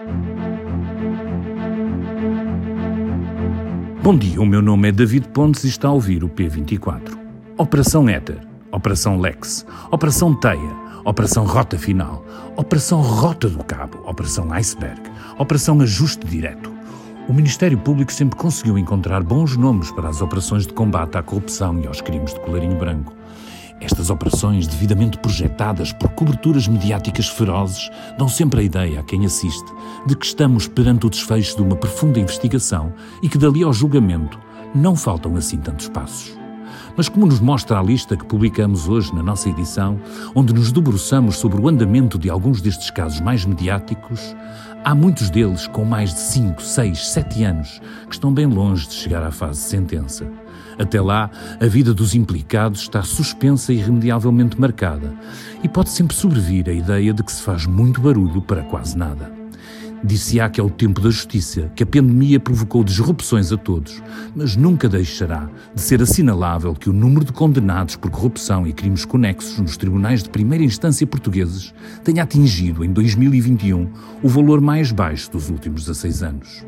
Bom dia, o meu nome é David Pontes e está a ouvir o P24. Operação Éter, Operação Lex, Operação Teia, Operação Rota Final, Operação Rota do Cabo, Operação Iceberg, Operação Ajuste Direto. O Ministério Público sempre conseguiu encontrar bons nomes para as operações de combate à corrupção e aos crimes de colarinho branco. Estas operações, devidamente projetadas por coberturas mediáticas ferozes, dão sempre a ideia a quem assiste de que estamos perante o desfecho de uma profunda investigação e que dali ao julgamento não faltam assim tantos passos. Mas como nos mostra a lista que publicamos hoje na nossa edição, onde nos debruçamos sobre o andamento de alguns destes casos mais mediáticos, há muitos deles com mais de 5, 6, 7 anos que estão bem longe de chegar à fase de sentença. Até lá, a vida dos implicados está suspensa e irremediavelmente marcada e pode sempre sobrevir a ideia de que se faz muito barulho para quase nada. Dir-se-á que é o tempo da justiça, que a pandemia provocou disrupções a todos, mas nunca deixará de ser assinalável que o número de condenados por corrupção e crimes conexos nos tribunais de primeira instância portugueses tenha atingido, em 2021, o valor mais baixo dos últimos 16 anos.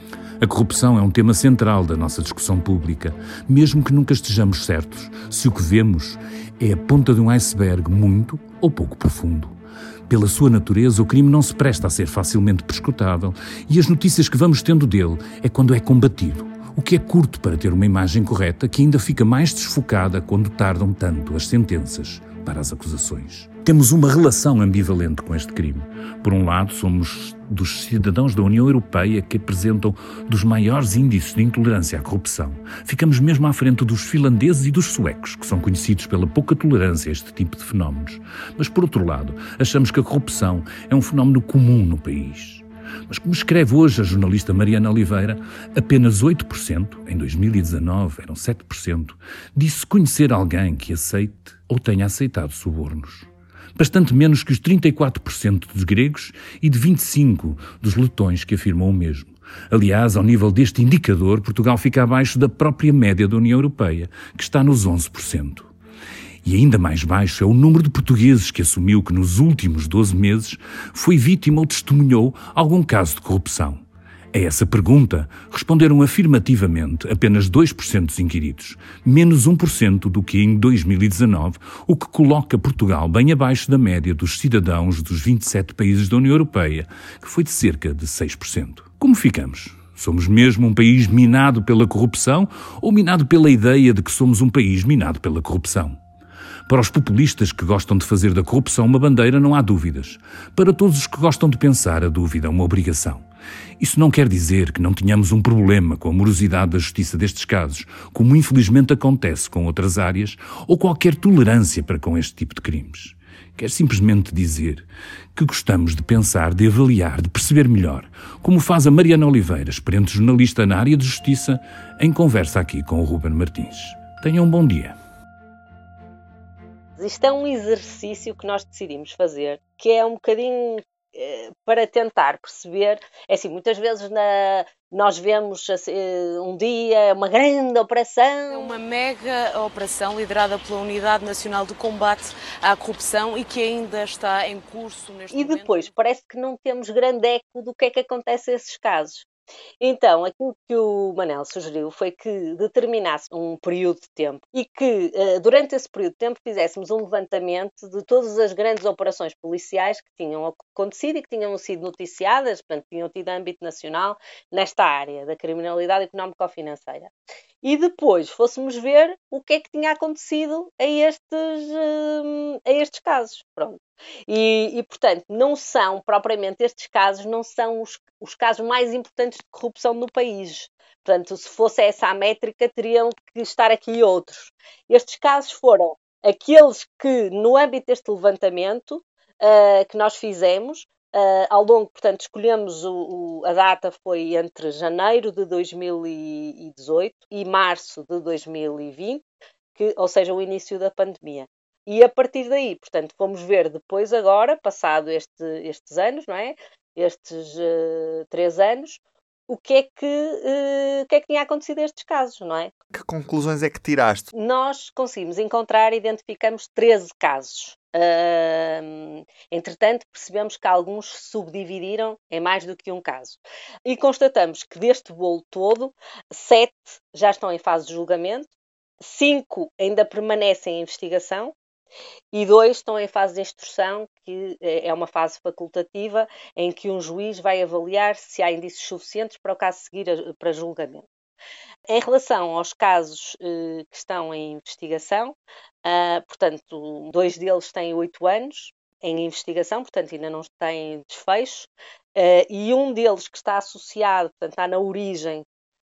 A corrupção é um tema central da nossa discussão pública, mesmo que nunca estejamos certos se o que vemos é a ponta de um iceberg muito ou pouco profundo. Pela sua natureza, o crime não se presta a ser facilmente perscrutável e as notícias que vamos tendo dele é quando é combatido, o que é curto para ter uma imagem correta que ainda fica mais desfocada quando tardam tanto as sentenças para as acusações. Temos uma relação ambivalente com este crime. Por um lado, somos dos cidadãos da União Europeia que apresentam dos maiores índices de intolerância à corrupção. Ficamos mesmo à frente dos finlandeses e dos suecos, que são conhecidos pela pouca tolerância a este tipo de fenómenos. Mas, por outro lado, achamos que a corrupção é um fenómeno comum no país. Mas, como escreve hoje a jornalista Mariana Oliveira, apenas 8%, em 2019 eram 7%, disse conhecer alguém que aceite ou tenha aceitado subornos. Bastante menos que os 34% dos gregos e de 25% dos letões que afirmam o mesmo. Aliás, ao nível deste indicador, Portugal fica abaixo da própria média da União Europeia, que está nos 11%. E ainda mais baixo é o número de portugueses que assumiu que nos últimos 12 meses foi vítima ou testemunhou algum caso de corrupção. A essa pergunta responderam afirmativamente apenas 2% dos inquiridos, menos 1% do que em 2019, o que coloca Portugal bem abaixo da média dos cidadãos dos 27 países da União Europeia, que foi de cerca de 6%. Como ficamos? Somos mesmo um país minado pela corrupção ou minado pela ideia de que somos um país minado pela corrupção? Para os populistas que gostam de fazer da corrupção uma bandeira, não há dúvidas. Para todos os que gostam de pensar, a dúvida é uma obrigação. Isso não quer dizer que não tenhamos um problema com a morosidade da justiça destes casos, como infelizmente acontece com outras áreas, ou qualquer tolerância para com este tipo de crimes. Quer simplesmente dizer que gostamos de pensar, de avaliar, de perceber melhor, como faz a Mariana Oliveira, experiente jornalista na área de justiça, em conversa aqui com o Ruben Martins. Tenham um bom dia. Isto é um exercício que nós decidimos fazer, que é um bocadinho para tentar perceber. É assim, muitas vezes nós vemos um dia uma grande operação. É uma mega operação liderada pela Unidade Nacional de Combate à Corrupção e que ainda está em curso neste momento. E depois parece que não temos grande eco do que é que acontece a esses casos. Então, aquilo que o Manel sugeriu foi que determinasse um período de tempo e que, durante esse período de tempo, fizéssemos um levantamento de todas as grandes operações policiais que tinham acontecido e que tinham sido noticiadas, portanto, tinham tido âmbito nacional nesta área da criminalidade económico-financeira. E depois fôssemos ver o que é que tinha acontecido a estes casos. Pronto. E, portanto, não são, propriamente, estes casos não são os casos mais importantes de corrupção no país. Portanto, se fosse essa a métrica, teriam que estar aqui outros. Estes casos foram aqueles que, no âmbito deste levantamento que nós fizemos, ao longo, portanto, escolhemos a data foi entre janeiro de 2018 e março de 2020, ou seja, o início da pandemia. E a partir daí, portanto, fomos ver depois agora, passado estes anos, não é? Estes 3 anos, o que é que tinha acontecido a estes casos, não é? Que conclusões é que tiraste? Nós conseguimos encontrar e identificamos 13 casos. Entretanto, percebemos que alguns se subdividiram em mais do que um caso. E constatamos que deste bolo todo, 7 já estão em fase de julgamento, 5 ainda permanecem em investigação e 2 estão em fase de instrução, que é uma fase facultativa em que um juiz vai avaliar se há indícios suficientes para o caso seguir para julgamento. Em relação aos casos que estão em investigação, portanto, 2 deles têm 8 anos em investigação, portanto, ainda não têm desfecho, e um deles que está associado, portanto, está na origem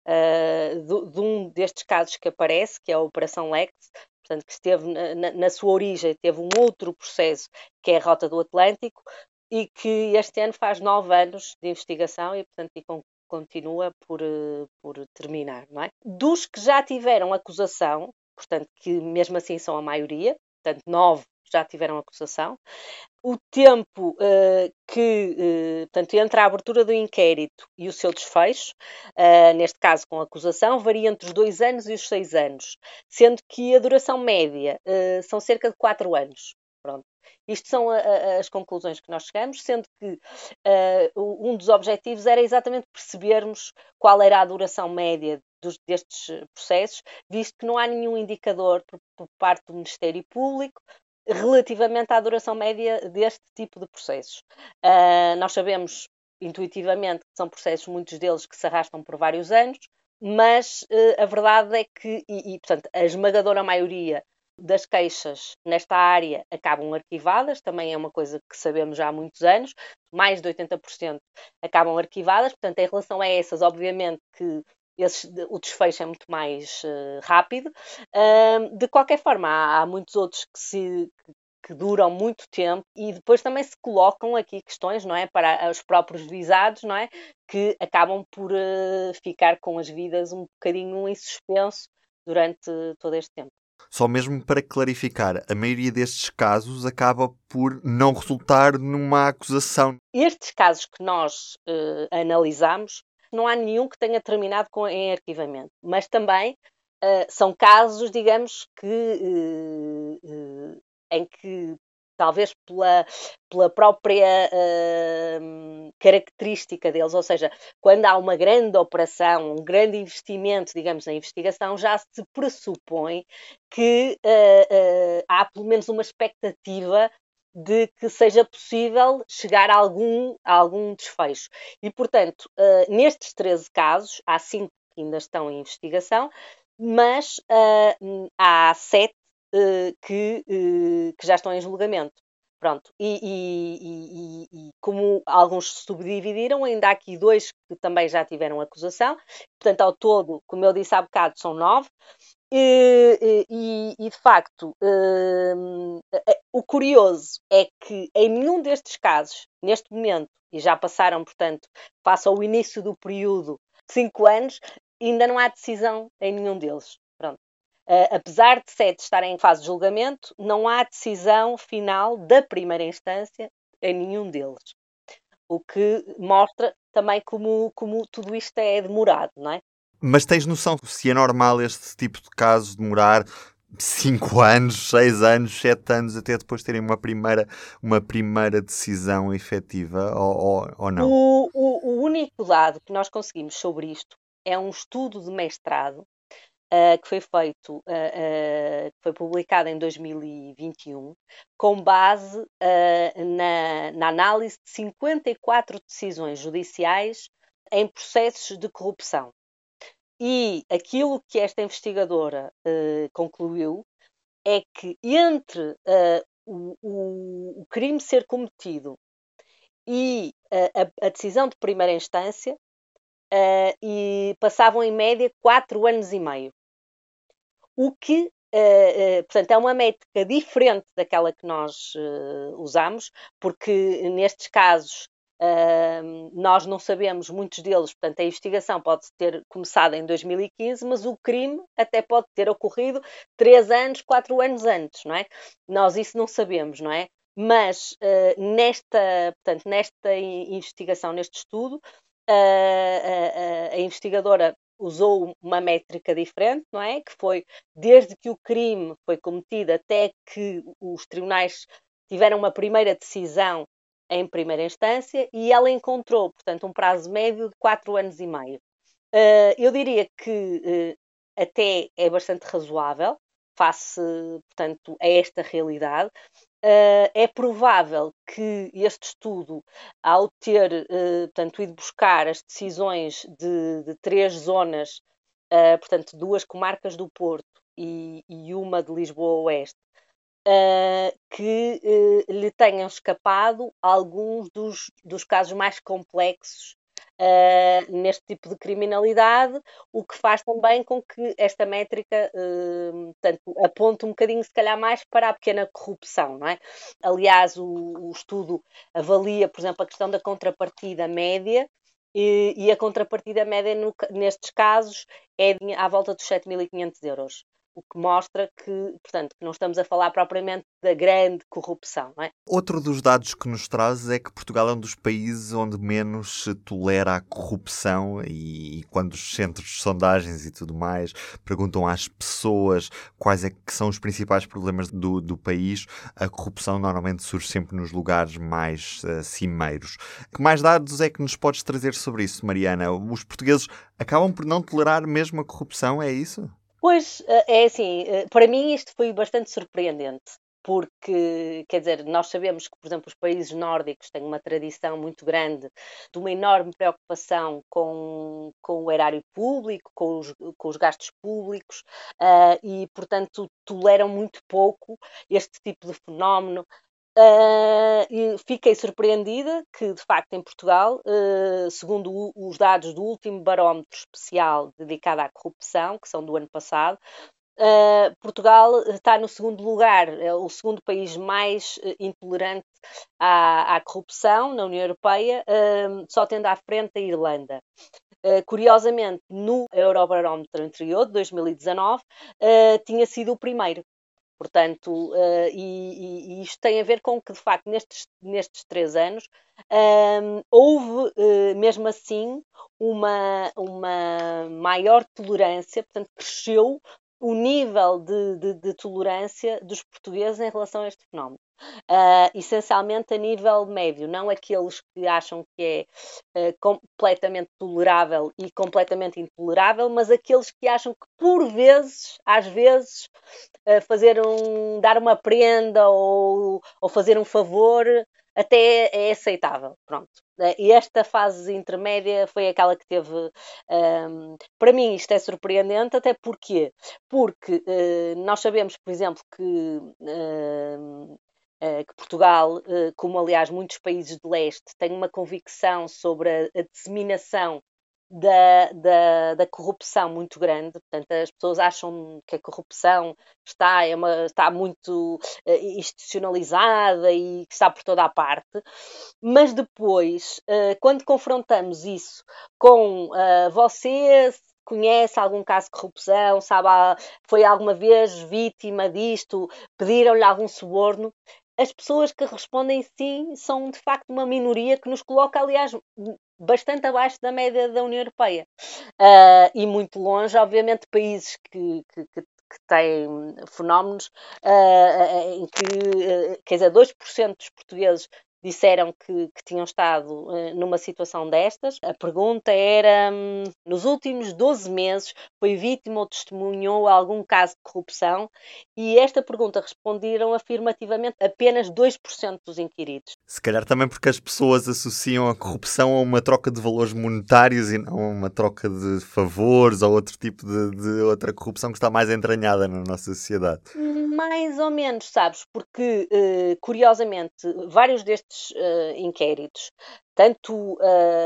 de um destes casos que aparece, que é a Operação Lex, portanto, que esteve na sua origem, teve um outro processo, que é a Rota do Atlântico, e que este ano faz 9 anos de investigação e, portanto, continua por terminar, não é? Dos que já tiveram acusação, portanto, que mesmo assim são a maioria, portanto, 9 já tiveram acusação, o tempo portanto, entre a abertura do inquérito e o seu desfecho, neste caso com acusação, varia entre os 2 anos e os 6 anos, sendo que a duração média são cerca de 4 anos. Pronto. Isto são as conclusões que nós chegamos, sendo que um dos objetivos era exatamente percebermos qual era a duração média destes processos, visto que não há nenhum indicador por parte do Ministério Público relativamente à duração média deste tipo de processos. Nós sabemos intuitivamente que são processos, muitos deles, que se arrastam por vários anos, mas a verdade é que, portanto, a esmagadora maioria das queixas nesta área acabam arquivadas, também é uma coisa que sabemos já há muitos anos, mais de 80% acabam arquivadas, portanto, em relação a essas, obviamente que o desfecho é muito mais rápido. De qualquer forma, há muitos outros que duram muito tempo e depois também se colocam aqui questões, não é, para os próprios visados, não é, que acabam por ficar com as vidas um bocadinho em suspenso durante todo este tempo. Só mesmo para clarificar, a maioria destes casos acaba por não resultar numa acusação. Estes casos que nós analisamos, não há nenhum que tenha terminado em arquivamento, mas também são casos, digamos, em que talvez pela própria característica deles, ou seja, quando há uma grande operação, um grande investimento, digamos, na investigação, já se pressupõe que há pelo menos uma expectativa de que seja possível chegar a algum desfecho. E, portanto, nestes 13 casos, há 5 que ainda estão em investigação, mas há 7 que já estão em julgamento. Pronto. E como alguns se subdividiram, ainda há aqui 2 que também já tiveram acusação. Portanto, ao todo, como eu disse há bocado, são 9. E de facto, o curioso é que em nenhum destes casos, neste momento, e já passaram, portanto, face ao início do período, 5 anos, ainda não há decisão em nenhum deles. Pronto. Apesar de 7 estarem em fase de julgamento, não há decisão final da primeira instância em nenhum deles. O que mostra também como tudo isto é demorado, não é? Mas tens noção se é normal este tipo de casos demorar 5 anos, 6 anos, 7 anos, até depois terem uma primeira decisão efetiva ou não? O único dado que nós conseguimos sobre isto é um estudo de mestrado que foi feito, que foi publicado em 2021, com base na análise de 54 decisões judiciais em processos de corrupção. E aquilo que esta investigadora concluiu é que entre o crime ser cometido e a decisão de primeira instância e passavam em média 4 anos e meio. O que, portanto, é uma métrica diferente daquela que nós usamos, porque nestes casos nós não sabemos, muitos deles, portanto, a investigação pode ter começado em 2015, mas o crime até pode ter ocorrido 3 anos, 4 anos antes, não é? Nós isso não sabemos, não é? Mas nesta investigação, neste estudo, a investigadora usou uma métrica diferente, não é? Que foi desde que o crime foi cometido até que os tribunais tiveram uma primeira decisão em primeira instância, e ela encontrou, portanto, um prazo médio de 4 anos e meio. Eu diria que até é bastante razoável face, portanto, a esta realidade. É provável que este estudo, ao ter, portanto, ido buscar as decisões de 3 zonas, portanto, 2 comarcas do Porto e uma de Lisboa Oeste, que lhe tenham escapado alguns dos casos mais complexos neste tipo de criminalidade, o que faz também com que esta métrica portanto, aponte um bocadinho, se calhar, mais para a pequena corrupção, não é? Aliás, o estudo avalia, por exemplo, a questão da contrapartida média, e a contrapartida média nestes casos é à volta dos 7.500 euros. O que mostra que, portanto, que não estamos a falar propriamente da grande corrupção, não é? Outro dos dados que nos traz é que Portugal é um dos países onde menos se tolera a corrupção, e quando os centros de sondagens e tudo mais perguntam às pessoas quais é que são os principais problemas do país, a corrupção normalmente surge sempre nos lugares mais cimeiros. Que mais dados é que nos podes trazer sobre isso, Mariana? Os portugueses acabam por não tolerar mesmo a corrupção, é isso? Pois, é assim, para mim isto foi bastante surpreendente, porque, quer dizer, nós sabemos que, por exemplo, os países nórdicos têm uma tradição muito grande de uma enorme preocupação com o erário público, com os gastos públicos, e, portanto, toleram muito pouco este tipo de fenómeno. E fiquei surpreendida que, de facto, em Portugal, segundo os dados do último barómetro especial dedicado à corrupção, que são do ano passado, Portugal está no segundo lugar, é o segundo país mais intolerante à corrupção na União Europeia, só tendo à frente a Irlanda. Curiosamente, no Eurobarómetro anterior, de 2019, tinha sido o primeiro. Portanto, e isto tem a ver com que, de facto, nestes 3 anos, houve, mesmo assim, uma maior tolerância, portanto, cresceu o nível de tolerância dos portugueses em relação a este fenómeno. Essencialmente a nível médio, não aqueles que acham que é completamente tolerável e completamente intolerável, mas aqueles que acham que por vezes, às vezes, dar uma prenda ou fazer um favor até é aceitável, pronto. E esta fase intermédia foi aquela que teve, para mim isto é surpreendente, até porque nós sabemos, por exemplo, que Portugal, como aliás muitos países de leste, tem uma convicção sobre a disseminação da corrupção muito grande. Portanto, as pessoas acham que a corrupção está muito institucionalizada e que está por toda a parte, mas depois, quando confrontamos isso com você conhece algum caso de corrupção, foi alguma vez vítima disto, pediram-lhe algum suborno, as pessoas que respondem sim são de facto uma minoria que nos coloca, aliás, bastante abaixo da média da União Europeia. E muito longe, obviamente, de países que têm fenómenos em que, quer dizer, 2% dos portugueses disseram que tinham estado numa situação destas. A pergunta era, nos últimos 12 meses, foi vítima ou testemunhou algum caso de corrupção? E esta pergunta responderam afirmativamente apenas 2% dos inquiridos. Se calhar também porque as pessoas associam a corrupção a uma troca de valores monetários e não a uma troca de favores ou outro tipo de outra corrupção que está mais entranhada na nossa sociedade. Mais ou menos, sabes, porque, curiosamente, vários destes inquéritos, tanto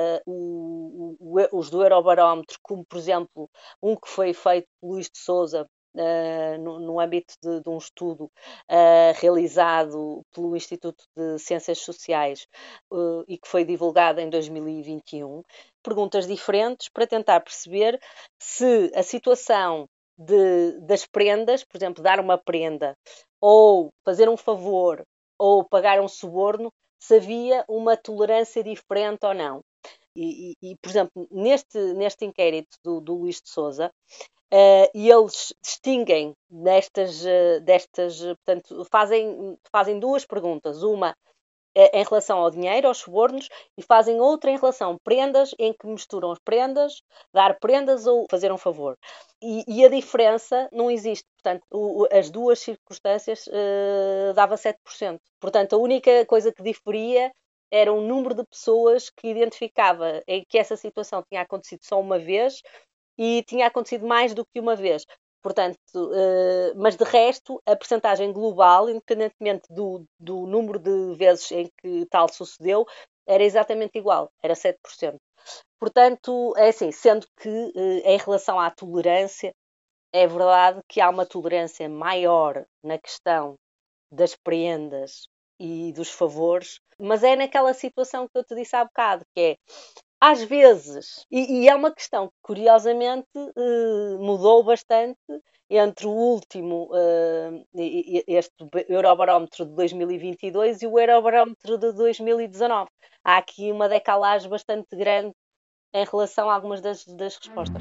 os do Eurobarómetro, como, por exemplo, um que foi feito por Luís de Sousa, no âmbito de um estudo realizado pelo Instituto de Ciências Sociais e que foi divulgado em 2021, perguntas diferentes para tentar perceber se a situação das prendas, por exemplo, dar uma prenda, ou fazer um favor, ou pagar um suborno, se havia uma tolerância diferente ou não. Por exemplo, neste inquérito do Luís de Sousa, e eles distinguem portanto, fazem duas perguntas. Uma em relação ao dinheiro, aos subornos, e fazem outra em relação a prendas, em que misturam as prendas, dar prendas ou fazer um favor. E a diferença não existe. Portanto, as duas circunstâncias dava 7%. Portanto, a única coisa que diferia era o número de pessoas que identificava em que essa situação tinha acontecido só uma vez e tinha acontecido mais do que uma vez. Portanto, mas de resto, a percentagem global, independentemente do número de vezes em que tal sucedeu, era exatamente igual, era 7%. Portanto, é assim, sendo que em relação à tolerância, é verdade que há uma tolerância maior na questão das prendas e dos favores, mas é naquela situação que eu te disse há bocado, que é, às vezes, e é uma questão que curiosamente mudou bastante entre o último, este Eurobarómetro de 2022 e o Eurobarómetro de 2019. Há aqui uma decalagem bastante grande em relação a algumas das respostas.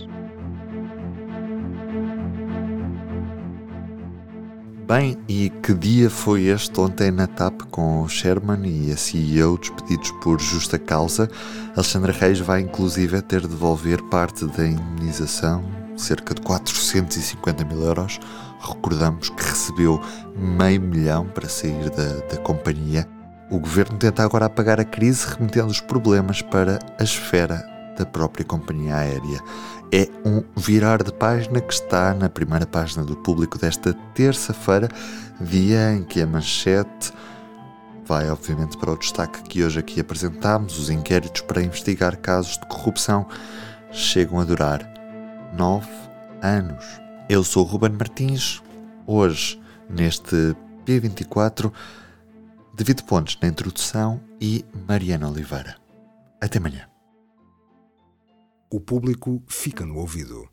Bem, e que dia foi este ontem na TAP com o Sherman e a CEO despedidos por justa causa? Alexandra Reis vai inclusive ter de devolver parte da indemnização, cerca de 450 mil euros. Recordamos que recebeu $500 mil para sair da companhia. O governo tenta agora apagar a crise, remetendo os problemas para a esfera da própria companhia aérea. É um virar de página que está na primeira página do Público desta terça-feira, dia em que a manchete vai, obviamente, para o destaque que hoje aqui apresentámos. Os inquéritos para investigar casos de corrupção chegam a durar 9 anos. Eu sou o Ruben Martins. Hoje, neste P24, David Pontes na introdução e Mariana Oliveira. Até amanhã. O Público fica no ouvido.